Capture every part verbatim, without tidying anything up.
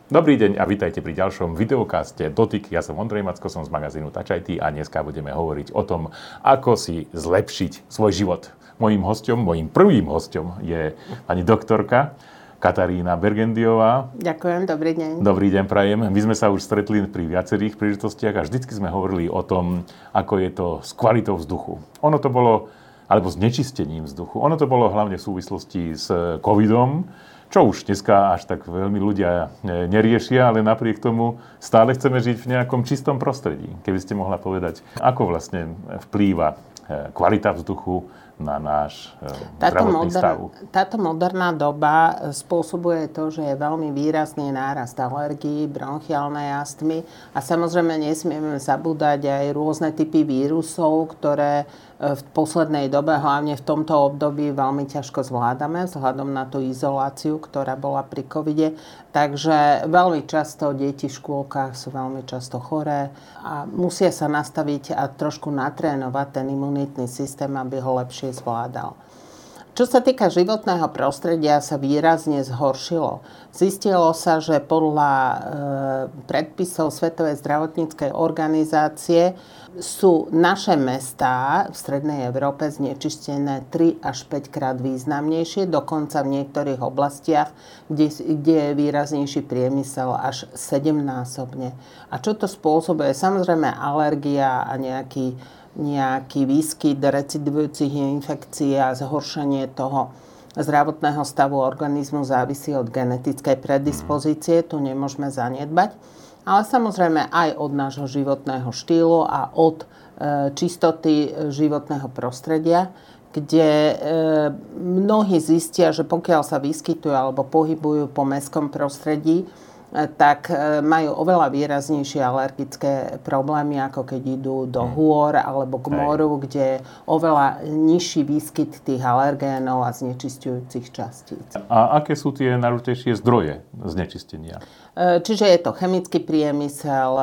Dobrý deň a vítajte pri ďalšom videokaste Dotyk. Ja som Ondrej Macko, som z magazínu Touch í té a dneska budeme hovoriť o tom, ako si zlepšiť svoj život. Mojím hosťom, mojím prvým hosťom je pani doktorka Katarína Bergendiová. Ďakujem, dobrý deň. Dobrý deň, prajem. My sme sa už stretli pri viacerých príležitostiach a vždycky sme hovorili o tom, ako je to s kvalitou vzduchu. Ono to bolo, alebo s nečistením vzduchu. Ono to bolo hlavne v súvislosti s covidom, čo už dneska až tak veľmi ľudia neriešia, ale napriek tomu stále chceme žiť v nejakom čistom prostredí. Keby ste mohla povedať, ako vlastne vplýva kvalita vzduchu na náš táto zdravotný moder- stav. Táto moderná doba spôsobuje to, že je veľmi výrazný nárast alergií, bronchiálnej astmy a samozrejme nesmieme zabúdať aj rôzne typy vírusov, ktoré v poslednej dobe, hlavne v tomto období, veľmi ťažko zvládame vzhľadom na tú izoláciu, ktorá bola pri covide. Takže veľmi často deti v škôlkach sú veľmi často choré a musia sa nastaviť a trošku natrénovať ten imunitný systém, aby ho lepšie zvládal. Čo sa týka životného prostredia, sa výrazne zhoršilo. Zistilo sa, že podľa e, predpisov Svetovej zdravotníckej organizácie sú naše mestá v strednej Európe znečistené tri až päť krát významnejšie, dokonca v niektorých oblastiach, kde, kde je výraznejší priemysel až sedemnásobne. A čo to spôsobuje? Samozrejme alergia a nejaký nejaký výskyt recidujúcich infekcií a zhoršenie toho zdravotného stavu organizmu závisí od genetickej predispozície, tu nemôžeme zanedbať, ale samozrejme aj od nášho životného štýlu a od e, čistoty životného prostredia, kde e, mnohí zistia, že pokiaľ sa vyskytujú alebo pohybujú po mestskom prostredí, tak majú oveľa výraznejšie alergické problémy, ako keď idú do hôr alebo k moru, kde je oveľa nižší výskyt tých alergénov a znečisťujúcich častíc. A aké sú tie najdôležitejšie zdroje znečistenia? Čiže je to chemický priemysel,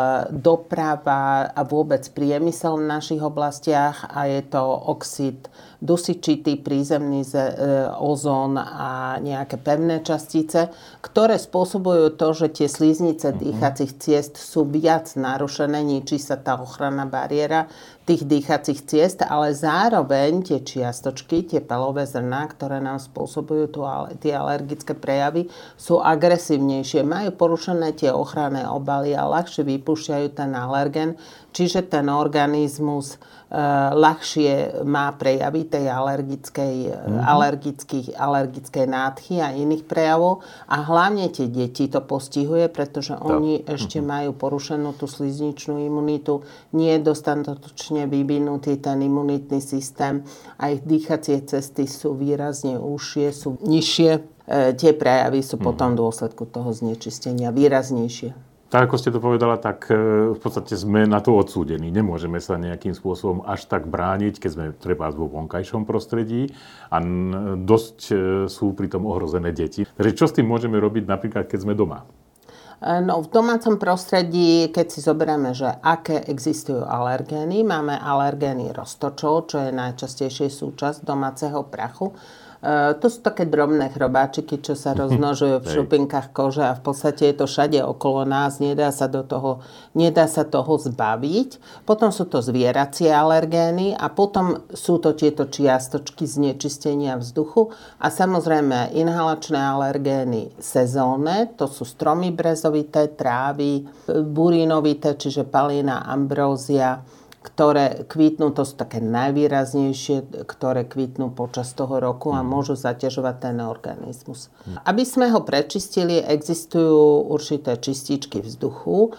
doprava a vôbec priemysel v našich oblastiach a je to oxid dusičitý, prízemný ozón a nejaké pevné častice, ktoré spôsobujú to, že tie sliznice dýchacích ciest sú viac narušené, ničí sa tá ochranná bariéra tých dýchacích ciest, ale zároveň tie čiastočky, tie pelové zrná, ktoré nám spôsobujú tu, tie alergické prejavy, sú agresívnejšie, majú porušené tie ochranné obaly a ľahšie vypúšťajú ten alergen, čiže ten organizmus e, ľahšie má prejavy tej alergickej, mm-hmm. alergických, alergickej nádchy a iných prejavov a hlavne tie deti to postihuje, pretože to. oni ešte mm-hmm. majú porušenú tú slizničnú imunitu, nie je dostatočne vyvinutý ten imunitný systém a ich dýchacie cesty sú výrazne užšie, sú nižšie. E, tie prejavy sú mm-hmm. potom v dôsledku toho znečistenia výraznejšie. Tak ako ste to povedala, tak v podstate sme na to odsúdení. Nemôžeme sa nejakým spôsobom až tak brániť, keď sme treba vo vonkajšom prostredí a dosť sú pritom ohrozené deti. Takže čo s tým môžeme robiť napríklad, keď sme doma? No, v domácom prostredí, keď si zoberieme, že aké existujú alergény, máme alergény roztočov, čo je najčastejšia súčasť domáceho prachu. Uh, to sú také drobné chrobáčiky, čo sa rozmnožujú v šupinkách kože a v podstate je to všade okolo nás, nedá sa, do toho, nedá sa toho zbaviť. Potom sú to zvieracie alergény a potom sú to tieto čiastočky znečistenia vzduchu a samozrejme inhalačné alergény sezónne, to sú stromy brezovité, trávy, burinovité, čiže palína, ambrózia, ktoré kvitnú, to sú také najvýraznejšie, ktoré kvitnú počas toho roku a môžu zaťažovať ten organizmus. Aby sme ho prečistili, existujú určité čističky vzduchu,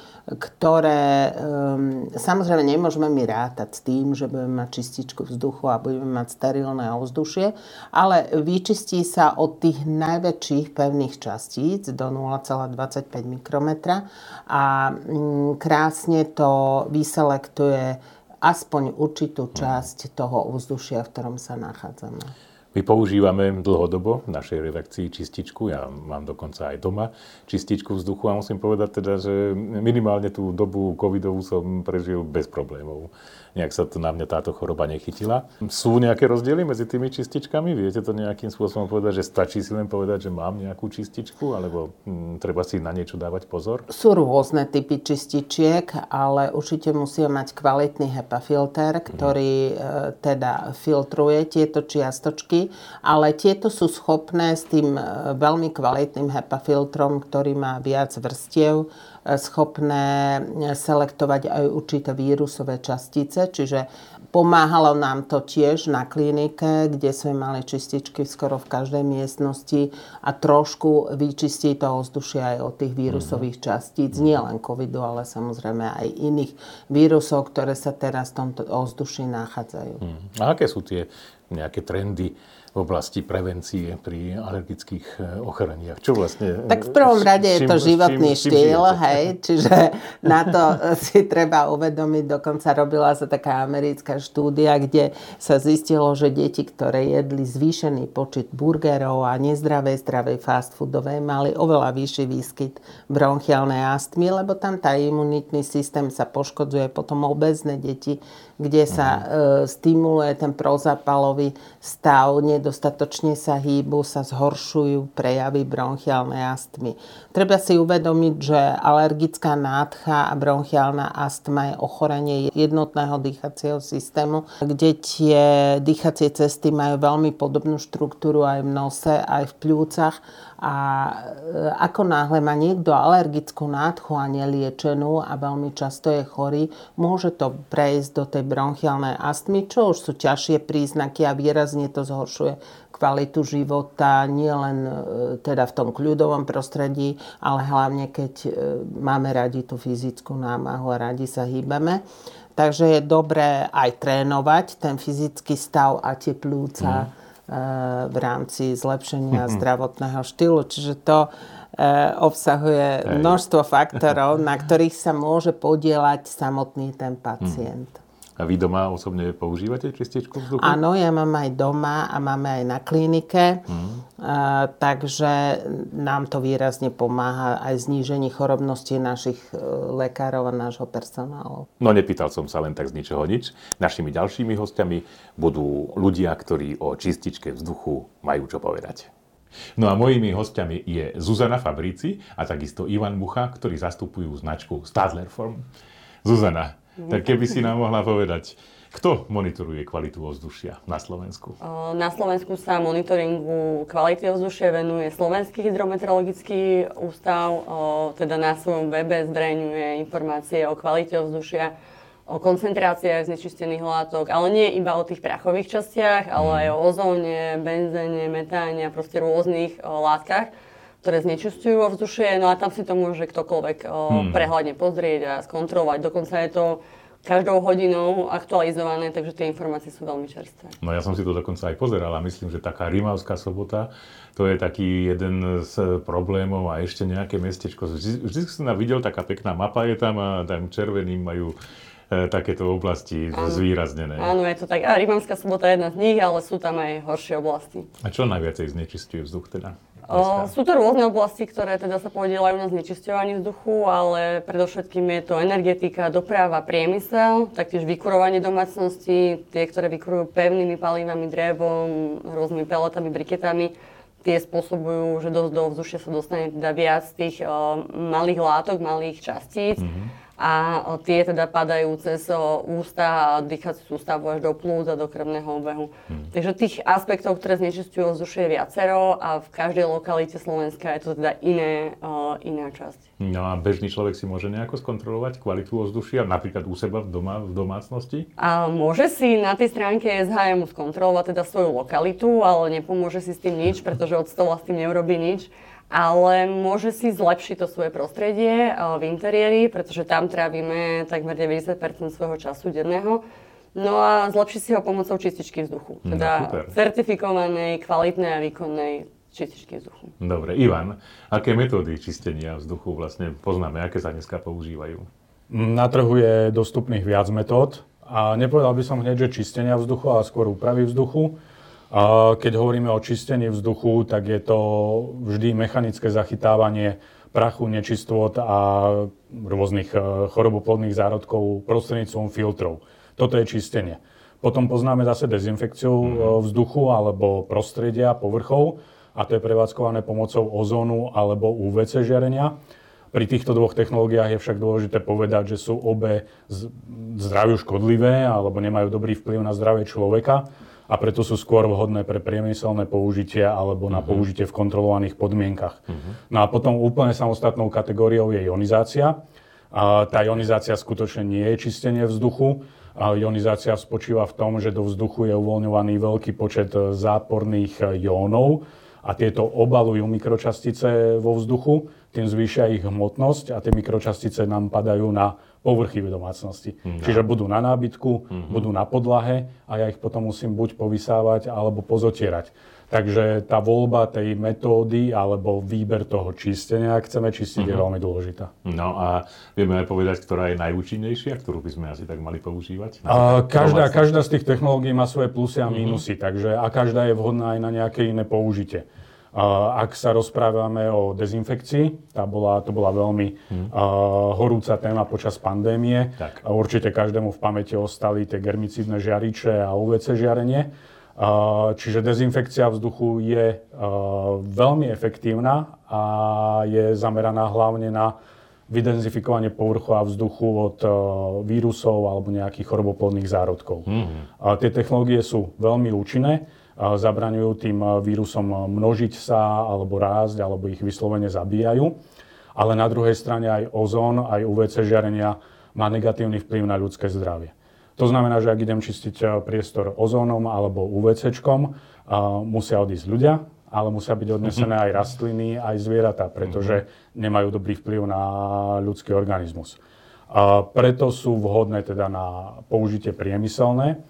ktoré um, samozrejme nemôžeme my rátať s tým, že budeme mať čističku vzduchu a budeme mať sterilné ovzdušie, ale vyčistí sa od tých najväčších pevných častíc do nula celá dvadsaťpäť mikrometra a um, krásne to vyselektuje aspoň určitú časť toho ovzdušia, v ktorom sa nachádzame. My používame dlhodobo v našej redakcii čističku, ja mám dokonca aj doma čističku vzduchu a musím povedať teda, že minimálne tú dobu covidovú som prežil bez problémov. Nejak sa to na mňa táto choroba nechytila. Sú nejaké rozdiely medzi tými čističkami? Viete to nejakým spôsobom povedať, že stačí si len povedať, že mám nejakú čističku, alebo hm, treba si na niečo dávať pozor? Sú rôzne typy čističiek, ale určite musíme mať kvalitný HEPA filter, ktorý hmm. e, teda filtruje tieto čiastočky, ale tieto sú schopné s tým e, veľmi kvalitným HEPA filtrom, ktorý má viac vrstiev, schopné selektovať aj určité vírusové častice, čiže pomáhalo nám to tiež na klinike, kde sme mali čističky skoro v každej miestnosti a trošku vyčistí to ovzdušie aj od tých vírusových častíc, nie len covidu, ale samozrejme aj iných vírusov, ktoré sa teraz v tomto ovzduší nachádzajú. A aké sú tie nejaké trendy v oblasti prevencie pri alergických ochoreniach? Čo vlastne... Tak v prvom rade je to životný štýl, hej, čiže na to si treba uvedomiť, dokonca robila sa taká americká štúdia, kde sa zistilo, že deti, ktoré jedli zvýšený počet burgerov a nezdravej, zdravej fast foodovej, mali oveľa vyšší výskyt bronchiálnej astmy, lebo tam tá imunitný systém sa poškodzuje, potom obézne deti, kde sa e, stimuluje ten prozápalový stav, nedostatočne sa hýbu, sa zhoršujú prejavy bronchiálnej astmy. Treba si uvedomiť, že alergická nádcha a bronchiálna astma je ochorenie jednotného dýchacieho systému, kde tie dýchacie cesty majú veľmi podobnú štruktúru aj v nose, aj v pľúcach. A ako náhle má niekto alergickú nádchu a neliečenú a veľmi často je chorý, môže to prejsť do tej bronchiálnej astmy, čo už sú ťažšie príznaky a výrazne to zhoršuje kvalitu života, nie len teda v tom kľudovom prostredí, ale hlavne keď máme radi tú fyzickú námahu a radi sa hýbeme. Takže je dobré aj trénovať ten fyzický stav a tie pľúca mm. v rámci zlepšenia mm-hmm. zdravotného štýlu. Čiže to obsahuje Hej. množstvo faktorov, na ktorých sa môže podieľať samotný ten pacient. Mm. A vy doma osobne používate čističku vzduchu? Áno, ja mám aj doma a máme aj na klinike. Mm. Uh, takže nám to výrazne pomáha aj znížení chorobnosti našich lekárov a nášho personálu. No nepýtal som sa len tak z ničoho nič. Našimi ďalšími hostiami budú ľudia, ktorí o čističke vzduchu majú čo povedať. No a mojimi hostiami je Zuzana Fabrici a takisto Ivan Bucha, ktorí zastupujú značku Stadlerform. Zuzana, tak keby si nám mohla povedať, kto monitoruje kvalitu ovzdušia na Slovensku? Na Slovensku sa monitoringu kvality ovzdušia venuje Slovenský hydrometeorologický ústav, teda na svojom webe zverejňuje informácie o kvalite ovzdušia, o koncentráciách znečistených látok, ale nie iba o tých prachových častiach, ale aj o ozóne, benzéne, metáne a proste rôznych látkach, ktoré znečistujú ovzdušie, no a tam si to môže ktokoľvek hmm. prehľadne pozrieť a skontrolovať. Dokonca je to každou hodinou aktualizované, takže tie informácie sú veľmi čerstvé. No ja som si to dokonca aj pozeral a myslím, že taká Rimavská Sobota, to je taký jeden z problémov a ešte nejaké mestečko. Vždy, vždy som videl, taká pekná mapa je tam a tam červeným majú e, takéto oblasti áno. zvýraznené. Áno, je to tak. A Rimavská Sobota je jedna z nich, ale sú tam aj horšie oblasti. A čo najviacej znečistuje vzduch teda? O, sú to rôzne oblasti, ktoré teda sa podielajú na znečisťovaní vzduchu, ale predovšetkým je to energetika, doprava, priemysel, taktiež vykurovanie domácností, tie, ktoré vykurujú pevnými palivami, drevom, rôznymi peletami, briketami, tie spôsobujú, že do, do vzdušia sa dostane teda viac tých o, malých látok, malých častíc. Mm-hmm. A tie teda padajú cez ústa a dýchaciu sústavu až do plúc a do krvného obehu. Hmm. Takže tých aspektov, ktoré znečistujú ovzdušie, je viacero a v každej lokalite Slovenska je to teda iné, uh, iná časť. No a bežný človek si môže nejako skontrolovať kvalitu ovzdušia, napríklad u seba v, doma, v domácnosti? A môže si na tej stránke es há emu skontrolovať teda svoju lokalitu, ale nepomôže si s tým nič, pretože od stola s tým neurobí nič. Ale môže si zlepšiť to svoje prostredie v interiéri, pretože tam trávime takmer deväťdesiat percent svojho času denného. No a zlepšiť si ho pomocou čističky vzduchu. Teda no, certifikovanej, kvalitnej a výkonnej čističky vzduchu. Dobre, Ivan, aké metódy čistenia vzduchu vlastne poznáme, aké sa dneska používajú? Na trhu je dostupných viac metód a nepovedal by som hneď, že čistenia vzduchu, ale skôr úpravy vzduchu. Keď hovoríme o čistení vzduchu, tak je to vždy mechanické zachytávanie prachu, nečistôt a rôznych choroboplodných zárodkov prostredníctvom filtrov. Toto je čistenie. Potom poznáme zase dezinfekciu vzduchu alebo prostredia, povrchov, a to je prevádzkované pomocou ozónu alebo ú vé cé žiarenia. Pri týchto dvoch technológiách je však dôležité povedať, že sú obe zdraviu škodlivé alebo nemajú dobrý vplyv na zdravie človeka, a preto sú skôr vhodné pre priemyselné použitie alebo na uh-huh. použitie v kontrolovaných podmienkach. Uh-huh. No a potom úplne samostatnou kategóriou je ionizácia. A tá ionizácia skutočne nie je čistenie vzduchu. A ionizácia spočíva v tom, že do vzduchu je uvoľňovaný veľký počet záporných jónov a tieto obalujú mikročastice vo vzduchu, tým zvýšia ich hmotnosť a tie mikročastice nám padajú na povrchy v domácnosti. No. Čiže budú na nábytku, uh-huh. budú na podlahe a ja ich potom musím buď povysávať alebo pozotierať. Takže tá voľba tej metódy alebo výber toho čistenia, ak chceme čistiť, uh-huh. je veľmi dôležitá. No a vieme aj povedať, ktorá je najúčinnejšia, ktorú by sme asi tak mali používať? A každá, každá z tých technológií má svoje plusy a mínusy, uh-huh. takže a každá je vhodná aj na nejaké iné použitie. Ak sa rozprávame o dezinfekcii, tá bola, to bola veľmi hmm. uh, horúca téma počas pandémie. Tak. Určite každému v pamäti ostali tie germicídne žiariče a ú vé cé žiarenie. Uh, čiže dezinfekcia vzduchu je uh, veľmi efektívna a je zameraná hlavne na vydezinfikovanie povrchu a vzduchu od uh, vírusov alebo nejakých choroboplodných zárodkov. Hmm. Uh, tie technológie sú veľmi účinné. Zabraňujú tým vírusom množiť sa, alebo rásť, alebo ich vyslovene zabíjajú. Ale na druhej strane aj ozón, aj ú vé cé žiarenia má negatívny vplyv na ľudské zdravie. To znamená, že ak idem čistiť priestor ozónom alebo ú vé céčkom, musia odísť ľudia, ale musia byť odnesené aj rastliny, aj zvieratá, pretože nemajú dobrý vplyv na ľudský organizmus. Preto sú vhodné teda na použitie priemyselné.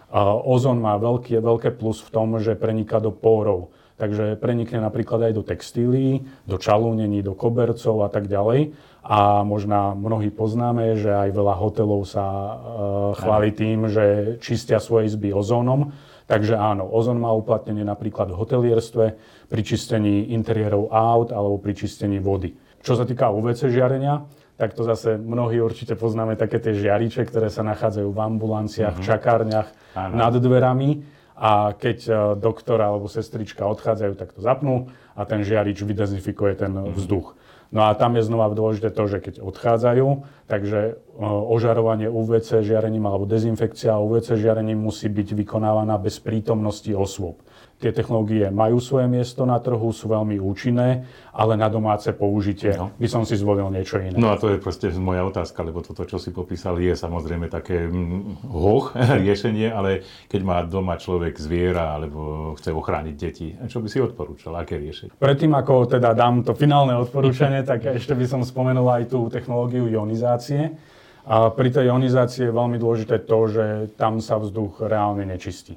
Ozón má veľké, veľké plus v tom, že preniká do pórov. Takže prenikne napríklad aj do textílií, do čalúnení, do kobercov a tak ďalej. A možno mnohí poznáme, že aj veľa hotelov sa e, chváli tým, že čistia svoje izby ozónom. Takže áno, ozón má uplatnenie napríklad v hotelierstve, pri čistení interiérov aut alebo pri čistení vody. Čo sa týka ú vé cé žiarenia, tak to zase mnohí určite poznáme také tie žiariče, ktoré sa nachádzajú v ambulanciách, mm-hmm. v čakárniach, Áno. nad dverami. A keď doktor alebo sestrička odchádzajú, tak to zapnú a ten žiarič vydezinfikuje ten mm-hmm. vzduch. No a tam je znova dôležité to, že keď odchádzajú, takže ožarovanie ú vé cé žiarením alebo dezinfekcia ú vé cé žiarením musí byť vykonávaná bez prítomnosti osôb. Tie technológie majú svoje miesto na trhu, sú veľmi účinné, ale na domáce použitie no. by som si zvolil niečo iné. No a to je proste moja otázka, lebo toto, čo si popísal, je samozrejme také hoch riešenie, ale keď má doma človek zviera alebo chce ochrániť deti, čo by si odporúčal? Aké riešenie? Predtým, ako teda dám to finálne odporúčanie, tak ešte by som spomenul aj tú technológiu ionizácie. A pri tej ionizácii je veľmi dôležité to, že tam sa vzduch reálne nečistí.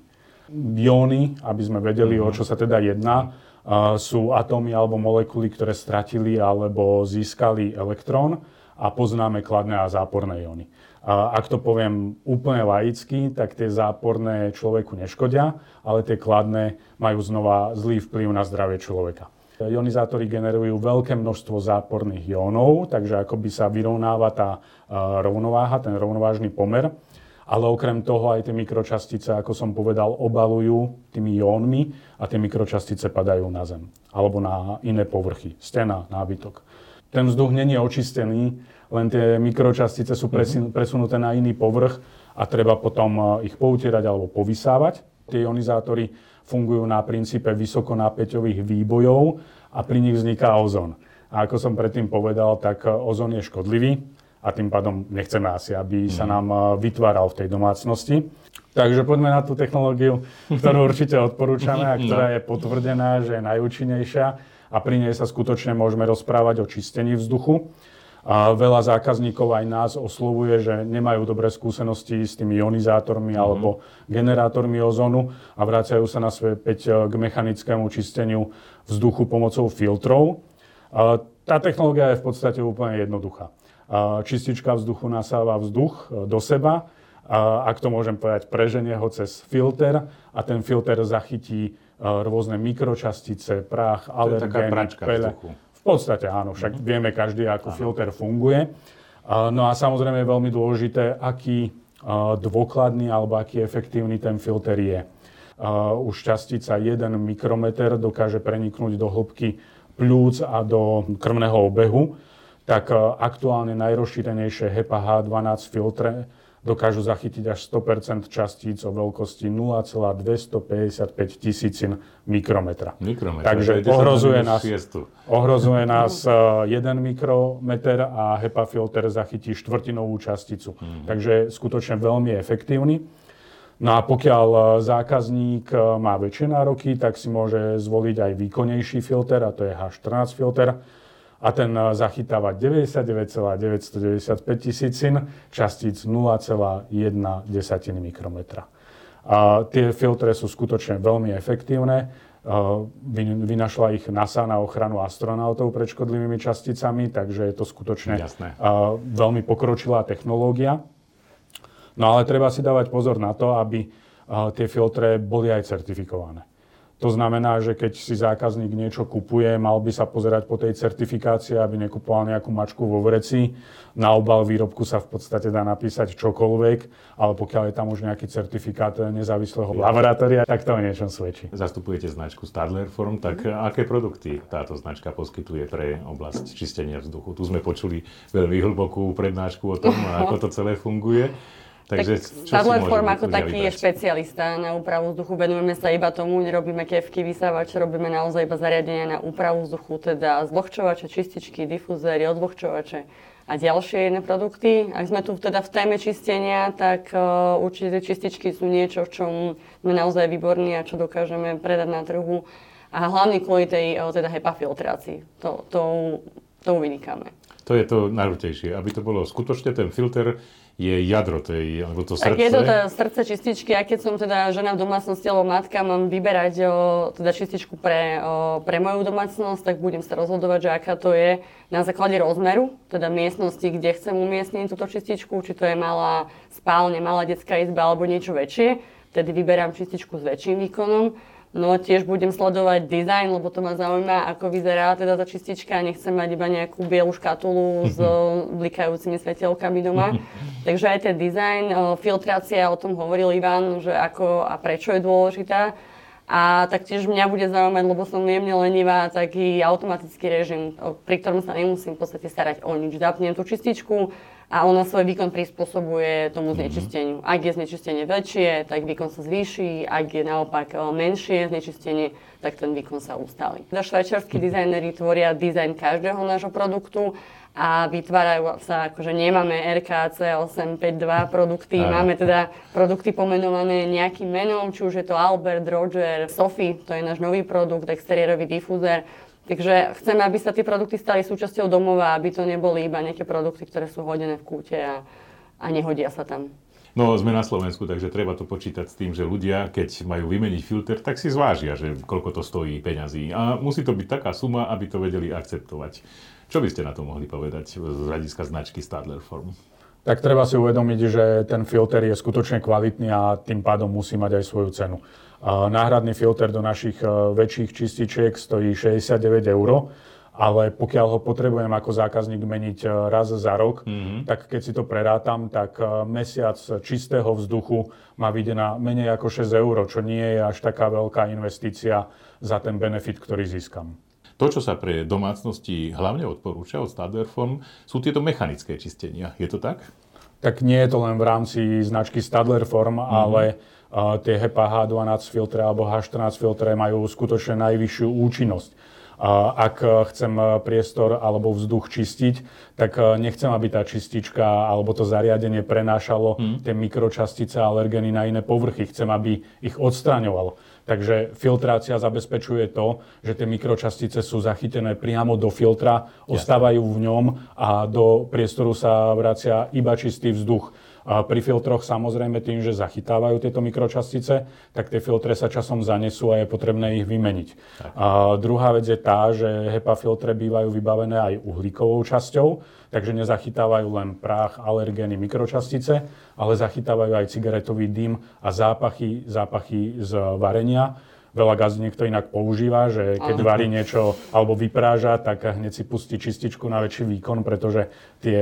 Jóny, aby sme vedeli, mm-hmm. o čo sa teda jedná, uh, sú atómy alebo molekuly, ktoré stratili alebo získali elektrón a poznáme kladné a záporné jóny. Uh, ak to poviem úplne laicky, tak tie záporné človeku neškodia, ale tie kladné majú znova zlý vplyv na zdravie človeka. Ionizátory generujú veľké množstvo záporných jónov, takže akoby sa vyrovnáva tá uh, rovnováha, ten rovnovážny pomer. Ale okrem toho aj tie mikročastice, ako som povedal, obalujú tými jónmi a tie mikročastice padajú na zem alebo na iné povrchy, stena, nábytok. Ten vzduch nie je očistený, len tie mikročastice sú presunuté na iný povrch a treba potom ich poutierať alebo povysávať. Tie ionizátory fungujú na princípe vysokonápäťových výbojov a pri nich vzniká ozón. A ako som predtým povedal, tak ozón je škodlivý. A tým pádom nechceme asi, aby sa nám vytváral v tej domácnosti. Takže poďme na tú technológiu, ktorú určite odporúčame a ktorá je potvrdená, že je najúčinnejšia a pri nej sa skutočne môžeme rozprávať o čistení vzduchu. A veľa zákazníkov aj nás oslovuje, že nemajú dobré skúsenosti s tými ionizátormi mm-hmm. alebo generátormi ozónu a vracajú sa naspäť k mechanickému čisteniu vzduchu pomocou filtrov. A tá technológia je v podstate úplne jednoduchá. Čistička vzduchu nasáva vzduch do seba ak to môžem povedať, preženie ho cez filter a ten filter zachytí rôzne mikročastice, prach, alergény, pele. V podstate áno, však uh-huh. vieme každý, ako áno. filter funguje. No a samozrejme je veľmi dôležité, aký dôkladný alebo aký efektívny ten filter je. Už častica jeden mikrometer dokáže preniknúť do hĺbky pľúc a do krvného obehu, tak aktuálne najrozšírenejšie HEPA há dvanásť filtre dokážu zachytiť až sto percent častíc o veľkosti nula celá dvestopäťdesiatpäť tisícin mikrometra. Mikrometra. Takže ohrozuje nás, ohrozuje nás jeden mikrometer a HEPA filter zachytí štvrtinovú časticu. Mm-hmm. Takže je skutočne veľmi efektívny. No a pokiaľ zákazník má väčšie nároky, tak si môže zvoliť aj výkonnejší filter, a to je há štrnásť filter. A ten zachytáva deväťdesiatdeväť celá deväťstodeväťdesiatpäť tisícin častíc nula celá jedna mikrometra. A tie filtre sú skutočne veľmi efektívne. Vynašla ich NASA na ochranu astronautov pred škodlivými časticami, takže je to skutočne Jasné. veľmi pokročilá technológia. No ale treba si dávať pozor na to, aby tie filtre boli aj certifikované. To znamená, že keď si zákazník niečo kupuje, mal by sa pozerať po tej certifikácii, aby nekupoval nejakú mačku vo vreci. Na obal výrobku sa v podstate dá napísať čokoľvek, ale pokiaľ je tam už nejaký certifikát nezávislého laboratória, tak to o niečom svedčí. Zastupujete značku Stadlerform, tak aké produkty táto značka poskytuje pre oblasť čistenia vzduchu? Tu sme počuli veľmi hlbokú prednášku o tom, ako to celé funguje. Takže, tak Stadlerform ako taký je špecialista na úpravu vzduchu. Venujeme sa iba tomu, nerobíme kefky, vysávače, robíme naozaj iba zariadenia na úpravu vzduchu, teda zvlhčovače, čističky, difuzéry, odvlhčovače a ďalšie iné produkty. Ak sme tu teda v téme čistenia, tak uh, určite čističky sú niečo, v čom sme naozaj výborní a čo dokážeme predať na trhu. A hlavne kvôli tej uh, teda HEPA filtrácii. To, to, to vynikáme. To je to najdôležitejšie, aby to bolo skutočne ten filter je jadro tej, alebo to srdce. Tak je to tá srdce čističky, a keď som teda žena v domácnosti alebo matka, mám vyberať o, teda čističku pre, o, pre moju domácnosť, tak budem sa rozhodovať, že aká to je na základe rozmeru, teda miestnosti, kde chcem umiestniť túto čističku, či to je malá spálne, malá detská izba alebo niečo väčšie, tedy vyberám čističku s väčším výkonom. No tiež budem sledovať dizajn, lebo to ma zaujíma, ako vyzerá teda tá čistička. Nechcem mať iba nejakú bielu škatulu s blikajúcimi svetelkami doma. Takže aj ten dizajn, filtrácia, o tom hovoril Ivan, že ako a prečo je dôležitá. A taktiež mňa bude zaujímať, lebo som jemne lenivá, taký automatický režim, pri ktorom sa nemusím v podstate starať o nič. Zapnem tú čističku a ona svoj výkon prispôsobuje tomu znečisteniu. Ak je znečistenie väčšie, tak výkon sa zvýši, ak je naopak menšie znečistenie, tak ten výkon sa ustáli. Švajčiarski dizajneri tvoria dizajn každého nášho produktu a vytvárajú sa, akože nemáme er ká cé osem päť dva produkty, Aj. máme teda produkty pomenované nejakým menom, či už je to Albert, Roger, Sophie, to je náš nový produkt, exteriérový difúzer. Takže chceme, aby sa tie produkty stali súčasťou domova, aby to neboli iba nejaké produkty, ktoré sú hodené v kúte a, a nehodia sa tam. No, sme na Slovensku, takže treba to počítať s tým, že ľudia, keď majú vymeniť filter, tak si zvážia, že koľko to stojí peňazí. A musí to byť taká suma, aby to vedeli akceptovať. Čo by ste na to mohli povedať z hľadiska značky Stadlerform? Tak treba si uvedomiť, že ten filter je skutočne kvalitný a tým pádom musí mať aj svoju cenu. Náhradný filter do našich väčších čističiek stojí šesťdesiatdeväť eur, ale pokiaľ ho potrebujem ako zákazník meniť raz za rok, mm-hmm. tak keď si to prerátam, tak mesiac čistého vzduchu má vyjde na menej ako šesť eur, čo nie je až taká veľká investícia za ten benefit, ktorý získam. To, čo sa pre domácnosti hlavne odporúča od Stadlerform, sú tieto mechanické čistenia. Je to tak? Tak nie je to len v rámci značky Stadlerform, mm-hmm. ale uh, tie HEPA há dvanásť filtre alebo há štrnásť filtre majú skutočne najvyššiu účinnosť. Uh, ak chcem priestor alebo vzduch čistiť, tak uh, nechcem, aby tá čistička alebo to zariadenie prenášalo mm. tie mikročastice a alergény na iné povrchy. Chcem, aby ich odstraňovalo. Takže filtrácia zabezpečuje to, že tie mikročastice sú zachytené priamo do filtra, ostávajú v ňom a do priestoru sa vracia iba čistý vzduch. Pri filtroch samozrejme tým, že zachytávajú tieto mikročastice, tak tie filtre sa časom zanesú a je potrebné ich vymeniť. A druhá vec je tá, že HEPA filtre bývajú vybavené aj uhlíkovou časťou, takže nezachytávajú len prach, alergény, mikročastice, ale zachytávajú aj cigaretový dym a zápachy, zápachy z varenia. Veľa gazdiniek to inak používa, že keď varí niečo alebo vypráža, tak hneď si pustí čističku na väčší výkon, pretože tie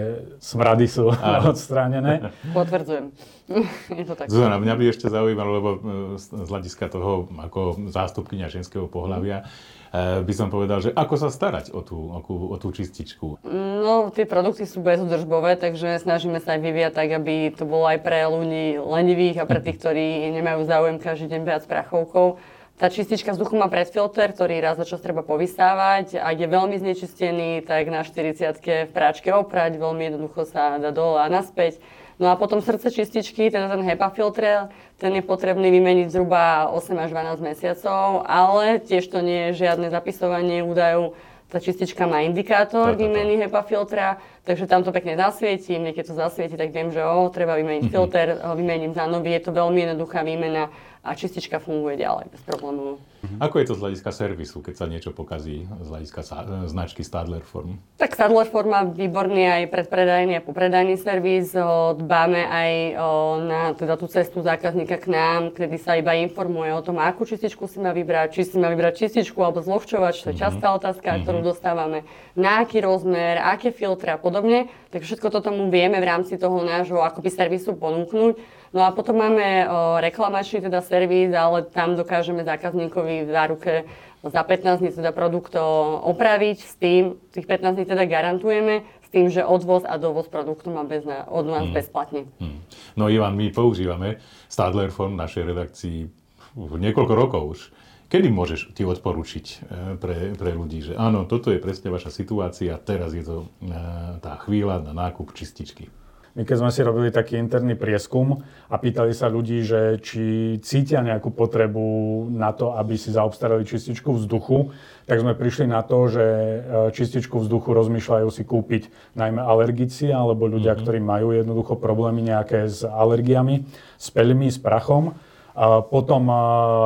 smrady sú odstránené. Potvrdzujem. Je to tak. Zuzana, mňa by ešte zaujímalo, lebo z hľadiska toho ako zástupkyňa ženského pohlavia, by som povedal, že ako sa starať o tú, o, o tú čističku? No, tie produkty sú bezúdržbové, takže snažíme sa aj vyvíjať tak, aby to bolo aj pre ľudí lenivých a pre tých, ktorí nemajú záujem každý deň behať s prachovkou. Tá čistička vzduchu má predfilter, ktorý raz za čas treba povysávať. Ak je veľmi znečistený, tak na štyridsiatke v práčke oprať, veľmi jednoducho sa dá dole a naspäť. No a potom srdce čističky, teda ten HEPA filter, ten je potrebný vymeniť zhruba osem až dvanásť mesiacov, ale tiež to nie je žiadne zapisovanie údajov. Tá čistička má indikátor výmeny HEPA filtra, takže tam to pekne zasvietím, niekedy to zasvieti, tak viem, že o, treba vymeniť mm-hmm. filter, vymením za nový, je to veľmi jednoduchá výmena a čistička funguje ďalej bez problémov. Ako je to z hľadiska servisu, keď sa niečo pokazí z hľadiska sa, značky Stadler Form? Tak Stadler Form má výborný aj predpredajný a popredajný servis. Dbáme aj na teda tú cestu zákazníka k nám, kedy sa iba informuje o tom, akú čističku si má vybrať, či si má vybrať čističku alebo zlohčovač, to je častá otázka, mm-hmm. ktorú dostávame, na aký rozmer, aké filtre a podobne. Takže všetko toto mu vieme v rámci toho nášho akoby servisu ponúknuť. No a potom máme o, reklamačný teda servis, ale tam dokážeme zákazníkovi v záruke za pätnásť dní teda produkt opraviť s tým, tých pätnásť dní teda garantujeme, s tým, že odvoz a dovoz produktu má bez, od nás hmm. bezplatne. Hmm. No Ivan, my používame Stadler Form v našej redakcii niekoľko rokov už. Kedy môžeš ty odporučiť pre, pre ľudí, že áno, toto je presne vaša situácia, teraz je to tá chvíľa na nákup čističky? My keď sme si robili taký interný prieskum a pýtali sa ľudí, že či cítia nejakú potrebu na to, aby si zaobstarali čističku vzduchu, tak sme prišli na to, že čističku vzduchu rozmýšľajú si kúpiť najmä alergici alebo ľudia, mm-hmm. ktorí majú jednoducho problémy nejaké s alergiami, s peľmi, s prachom. A potom a,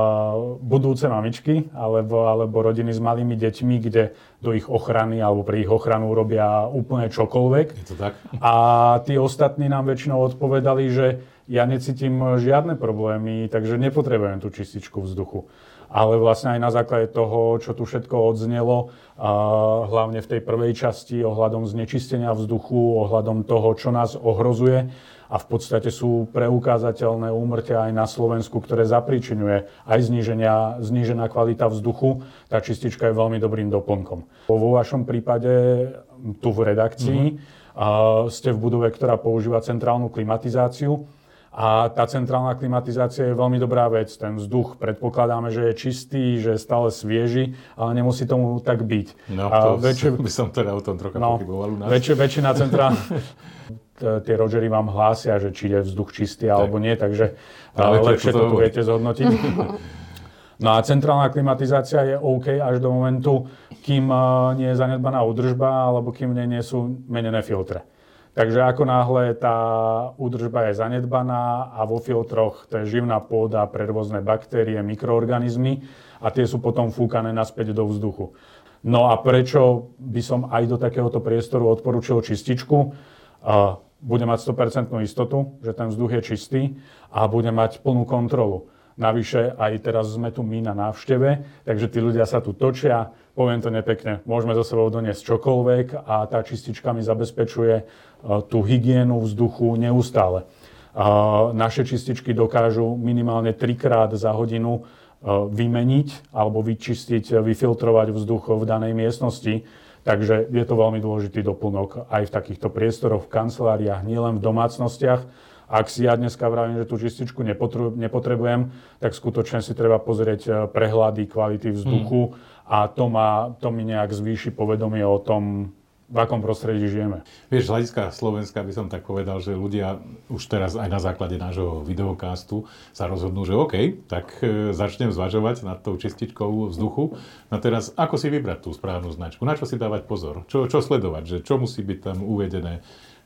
budúce mamičky alebo, alebo rodiny s malými deťmi, kde do ich ochrany alebo pre ich ochranu robia úplne čokoľvek. Je to tak? A tí ostatní nám väčšinou odpovedali, že ja necítim žiadne problémy, takže nepotrebujem tú čističku vzduchu. Ale vlastne aj na základe toho, čo tu všetko odznelo, a hlavne v tej prvej časti ohľadom znečistenia vzduchu, ohľadom toho, čo nás ohrozuje, a v podstate sú preukázateľné úmrtia aj na Slovensku, ktoré zapríčiňuje aj zníženia, znížená kvalita vzduchu. Tá čistička je veľmi dobrým doplnkom. Vo vašom prípade tu v redakcii mm-hmm. ste v budove, ktorá používa centrálnu klimatizáciu. A tá centrálna klimatizácia je veľmi dobrá vec. Ten vzduch predpokladáme, že je čistý, že je stále svieži, ale nemusí tomu tak byť. No, to väčšie, by som teda o tom trocha no, pochyboval u nás. Väčšie, väčšina centrálna... Tie Rogery vám hlásia, že či je vzduch čistý alebo nie, takže ale lepšie to tu viete zhodnotiť. No a centrálna klimatizácia je OK až do momentu, kým nie je zanedbaná údržba alebo kým nie, nie sú menené filtre. Takže ako náhle tá údržba je zanedbaná a vo filtroch to je živná pôda pre rôzne baktérie, mikroorganizmy a tie sú potom fúkané naspäť do vzduchu. No a prečo by som aj do takéhoto priestoru odporúčil čističku? Uh, bude mať sto percent istotu, že ten vzduch je čistý a bude mať plnú kontrolu. Navyše aj teraz sme tu my na návšteve, takže tí ľudia sa tu točia, poviem to nepekne, môžeme so sebou doniesť čokoľvek a tá čistička mi zabezpečuje uh, tú hygienu vzduchu neustále. Uh, naše čističky dokážu minimálne trikrát za hodinu uh, vymeniť alebo vyčistiť, vyfiltrovať vzduch v danej miestnosti. Takže je to veľmi dôležitý doplnok aj v takýchto priestoroch, v kanceláriách, nielen v domácnostiach. Ak si ja dneska vravím, že tú čističku nepotrebujem, tak skutočne si treba pozrieť prehľady kvality vzduchu mm. a to, má, to mi nejak zvýši povedomie o tom, v akom prostredí žijeme. Vieš, z hľadiska Slovenska by som tak povedal, že ľudia už teraz aj na základe nášho videocastu sa rozhodnú, že OK, tak e, začnem zvažovať nad tou čističkou vzduchu. No teraz, ako si vybrať tú správnu značku? Na čo si dávať pozor? Čo, čo sledovať? Že čo musí byť tam uvedené?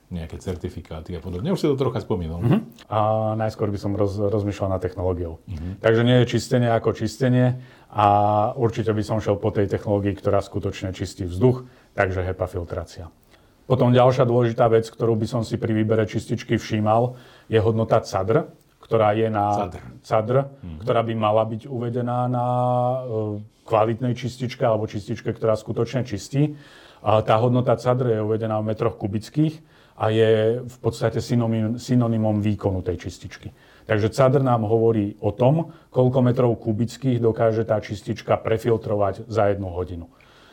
nejaké certifikáty a podobne. Už si to trocha spomínal. Uh-huh. A najskôr by som roz, rozmýšľal nad technológiou. Uh-huh. Takže nie je čistenie ako čistenie a určite by som šiel po tej technológii, ktorá skutočne čistí vzduch, takže HEPA filtrácia. Potom ďalšia dôležitá vec, ktorú by som si pri výbere čističky všímal, je hodnota C A D R, ktorá je na C A D R, uh-huh. ktorá by mala byť uvedená na uh, kvalitnej čističke alebo čističke, ktorá skutočne čistí. A tá hodnota C A D R je uvedená v metroch kubických a je v podstate synonym, synonymom výkonu tej čističky. Takže C A D R nám hovorí o tom, koľko metrov kubických dokáže tá čistička prefiltrovať za jednu hodinu.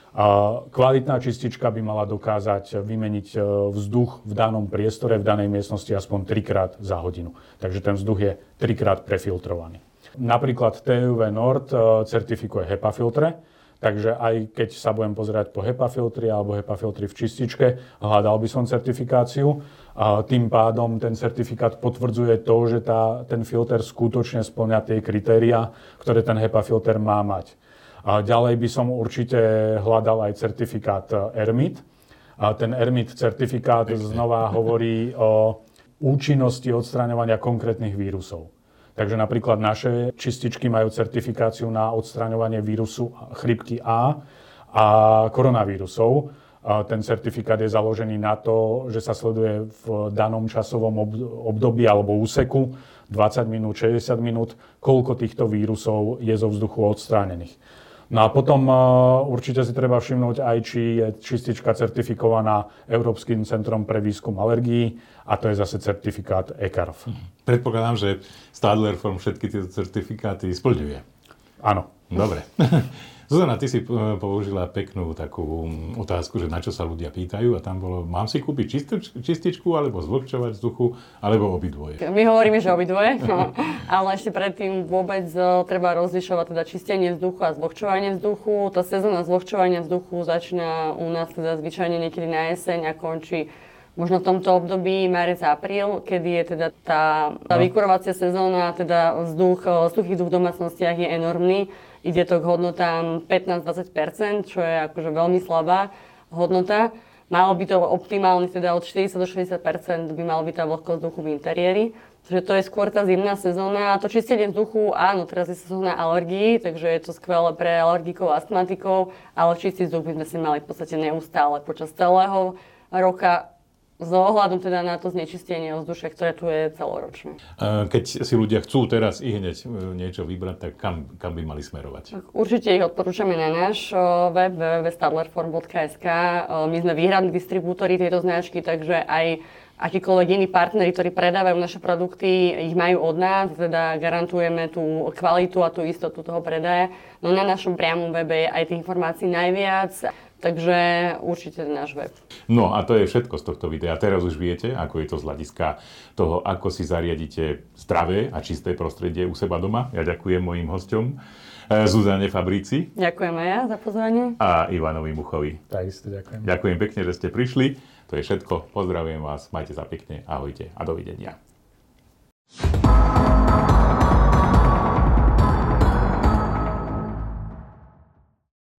A kvalitná čistička by mala dokázať vymeniť vzduch v danom priestore, v danej miestnosti aspoň trikrát za hodinu. Takže ten vzduch je trikrát prefiltrovaný. Napríklad té ú vé Nord certifikuje HEPA filtre, takže aj keď sa budem pozerať po HEPA filtri alebo HEPA filtri v čističke, hľadal by som certifikáciu. A tým pádom ten certifikát potvrdzuje to, že tá, ten filter skutočne spĺňa tie kritériá, ktoré ten HEPA filter má mať. A ďalej by som určite hľadal aj certifikát er em í té. A ten er em í té certifikát znova hovorí o účinnosti odstraňovania konkrétnych vírusov. Takže napríklad naše čističky majú certifikáciu na odstraňovanie vírusu chrípky A a koronavírusov. A ten certifikát je založený na to, že sa sleduje v danom časovom období alebo úseku dvadsať minút, šesťdesiat minút, koľko týchto vírusov je zo vzduchu odstránených. No a potom uh, určite si treba všimnúť aj, či je čistička certifikovaná Európskym centrom pre výskum alergií a to je zase certifikát é ká er ef. Predpokladám, že Stadler Form všetky tieto certifikáty splňuje. Áno. Dobre. Zuzana, ty si použila peknú takú otázku, že na čo sa ľudia pýtajú a tam bolo, mám si kúpiť čistič, čističku alebo zvlhčovač vzduchu, alebo obidvoje? My hovoríme, že obidvoje, no, ale ešte predtým vôbec uh, treba rozlišovať teda čistenie vzduchu a zvlhčovanie vzduchu. Tá sezóna zvlhčovania vzduchu začína u nás teda zvyčajne niekedy na jeseň a končí možno v tomto období marec a apríl, kedy je teda tá, tá vykurovacia sezóna, teda vzduch, suchý vzduch v domácnostiach je enormný. Ide to k hodnotám pätnásť až dvadsať percent, čo je akože veľmi slabá hodnota. Malo by to optimálne teda od štyridsať do šesťdesiat percent by malo byť tá vlhkosť vzduchu v interiéri. Takže to je skôr tá zimná sezóna. A to čistenie vzduchu, áno, teraz je sezóna alergií, takže je to skvelé pre alergikov a astmatikov, ale čistý vzduch by sme si mali v podstate neustále počas celého roka, s ohľadom teda na to znečistenie ovzdušia, ktoré tu je celoročné. Keď si ľudia chcú teraz i hneď niečo vybrať, tak kam, kam by mali smerovať? Tak určite ich odporúčame na náš web w w w bodka stadlerform bodka es ka. My sme výhradní distribútori tejto značky, takže aj akýkoľvek iní partneri, ktorí predávajú naše produkty, ich majú od nás, teda garantujeme tú kvalitu a tú istotu toho predaja. No na našom priamom webe je aj tých informácií najviac. Takže určite náš web. No a to je všetko z tohto videa. Teraz už viete, ako je to z hľadiska toho, ako si zariadite zdravé a čisté prostredie u seba doma. Ja ďakujem mojim hosťom, Zuzane Fabríci. Ďakujem aj ja za pozvanie. A Ivanovi Muchovi. Tak isto ďakujem. Ďakujem pekne, že ste prišli. To je všetko. Pozdravujem vás, majte sa pekne, ahojte a dovidenia.